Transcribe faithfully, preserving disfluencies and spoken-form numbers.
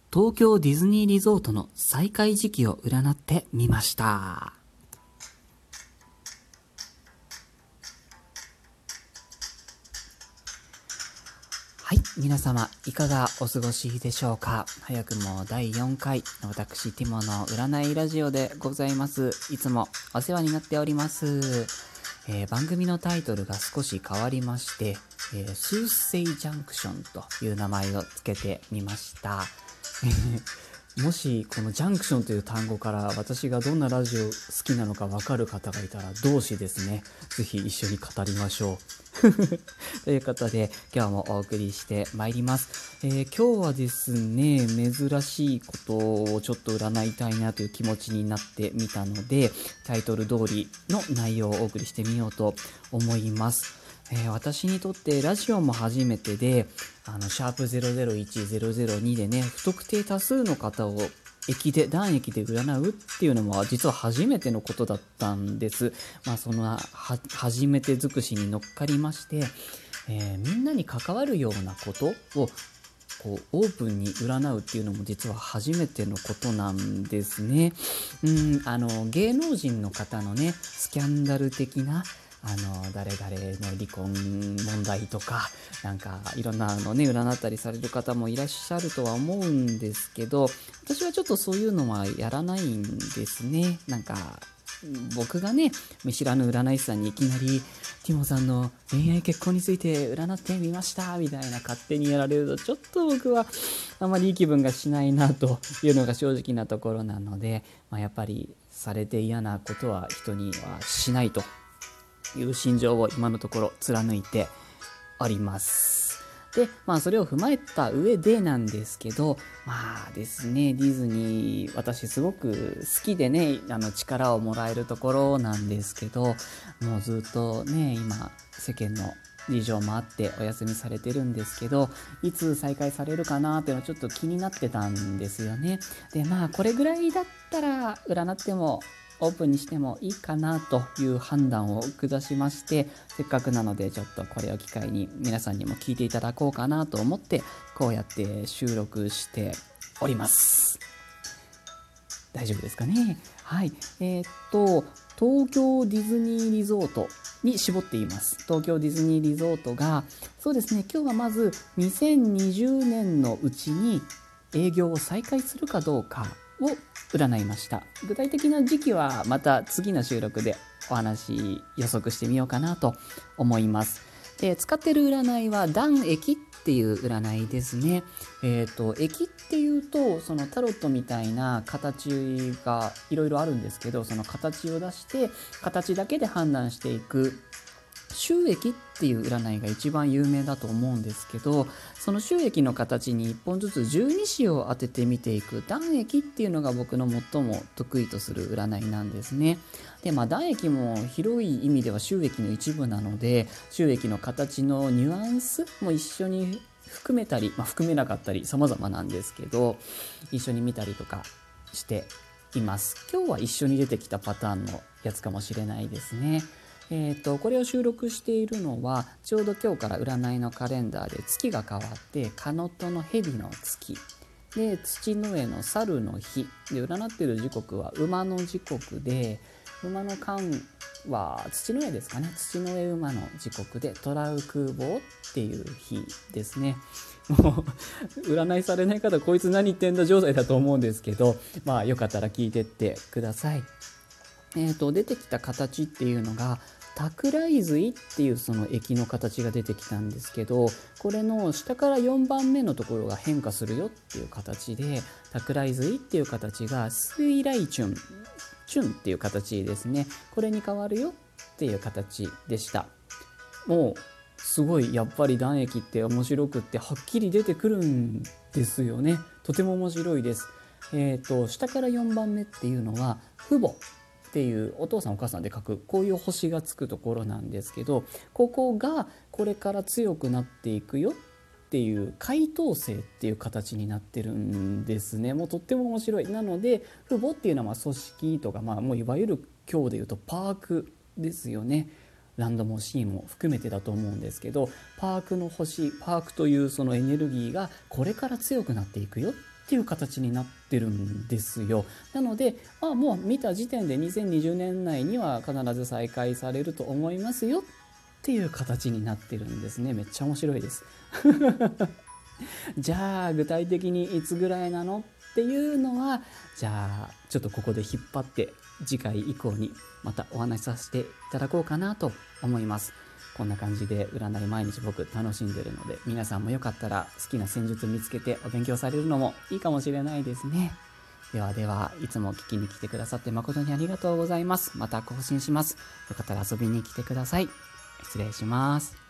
東京ディズニーリゾートの再開時期を占ってみました。はい、皆様いかがお過ごしでしょうか。早くもだいよんかい、私ティモの占いラジオでございます。いつもお世話になっております。えー、番組のタイトルが少し変わりまして、えー、スーセイジャンクションという名前をつけてみました。もしこのジャンクションという単語から私がどんなラジオ好きなのか分かる方がいたら同志ですね。ぜひ一緒に語りましょう。ということで今日もお送りしてまいります。えー、今日はですね、珍しいことをちょっと占いたいなという気持ちになってみたので、タイトル通りの内容をお送りしてみようと思います。えー、私にとってラジオも初めてで、あのシャープゼロゼロいちゼロゼロにでね、不特定多数の方を駅で断駅で占うっていうのも実は初めてのことだったんです。まあそのは初めて尽くしに乗っかりまして、えー、みんなに関わるようなことをこうオープンに占うっていうのも実は初めてのことなんですね。うんあの芸能人の方のねスキャンダル的なあの誰々の離婚問題とかなんかいろんなのね占ったりされる方もいらっしゃるとは思うんですけど、私はちょっとそういうのはやらないんですね。なんか僕がね見知らぬ占い師さんにいきなりティモさんの恋愛結婚について占ってみましたみたいな勝手にやられるとちょっと僕はあまりいい気分がしないなというのが正直なところなので、まあ、やっぱりされて嫌なことは人にはしないという心情を今のところ貫いております。で、まあそれを踏まえた上でなんですけど、まあですね、ディズニー私すごく好きでね、あの力をもらえるところなんですけど、もうずっとね、今世間の事情もあってお休みされてるんですけど、いつ再開されるかなっていうのはちょっと気になってたんですよね。で、まあこれぐらいだったら占ってもオープンにしてもいいかなという判断を下しまして、せっかくなのでちょっとこれを機会に皆さんにも聞いていただこうかなと思ってこうやって収録しております。大丈夫ですかね。はい、えー、っと東京ディズニーリゾートに絞っています。東京ディズニーリゾートがそうですね、今日はまずにせんにじゅうねんのうちに営業を再開するかどうかを占いました。具体的な時期はまた次の収録でお話予測してみようかなと思います。で、使っている占いは断駅っていう占いですね。えっと駅っていうとそのタロットみたいな形がいろいろあるんですけど、その形を出して形だけで判断していく収益っていう占いが一番有名だと思うんですけど、その収益の形にいっぽんずつじゅうに子を当ててみていく断液っていうのが僕の最も得意とする占いなんですね。で、まあ断液も広い意味では収益の一部なので、収益の形のニュアンスも一緒に含めたり、まあ、含めなかったり様々なんですけど、一緒に見たりとかしています。今日は一緒に出てきたパターンのやつかもしれないですね。えーと、これを収録しているのはちょうど今日から占いのカレンダーで月が変わってカノトの蛇の月で土の上の猿の日で、占っている時刻は馬の時刻で、馬の間は土の上ですかね、土の上馬の時刻でトラウ空母っていう日ですね。もう占いされない方こいつ何言ってんだ状態だと思うんですけど、まあよかったら聞いてってください。えーと、出てきた形っていうのが桜井髄っていうその駅の形が出てきたんですけど、これの下からよんばんめのところが変化するよっていう形で、桜井髄っていう形が水来春春っていう形ですね。これに変わるよっていう形でした。もうすごいやっぱり断液って面白くってはっきり出てくるんですよね。とても面白いです。えーと、下からよんばんめっていうのは父母っていうお父さんお母さんで書くこういう星がつくところなんですけど、ここがこれから強くなっていくよっていう回答星っていう形になってるんですね。もうとっても面白い。なので父母っていうのはまあ組織とか、まあもういわゆる今日でいうとパークですよね。ランドもシーンも含めてだと思うんですけど、パークの星、パークというそのエネルギーがこれから強くなっていくよっっていう形になってるんですよ。なので、あ、もう見た時点でにせんにじゅうねん内には必ず再開されると思いますよっていう形になってるんですね。めっちゃ面白いです。じゃあ具体的にいつぐらいなのっていうのは、じゃあちょっとここで引っ張って次回以降にまたお話しさせていただこうかなと思います。こんな感じで占い毎日僕楽しんでるので、皆さんもよかったら好きな戦術見つけてお勉強されるのもいいかもしれないですね。ではでは、いつも聞きに来てくださって誠にありがとうございます。また更新します。よかったら遊びに来てください。失礼します。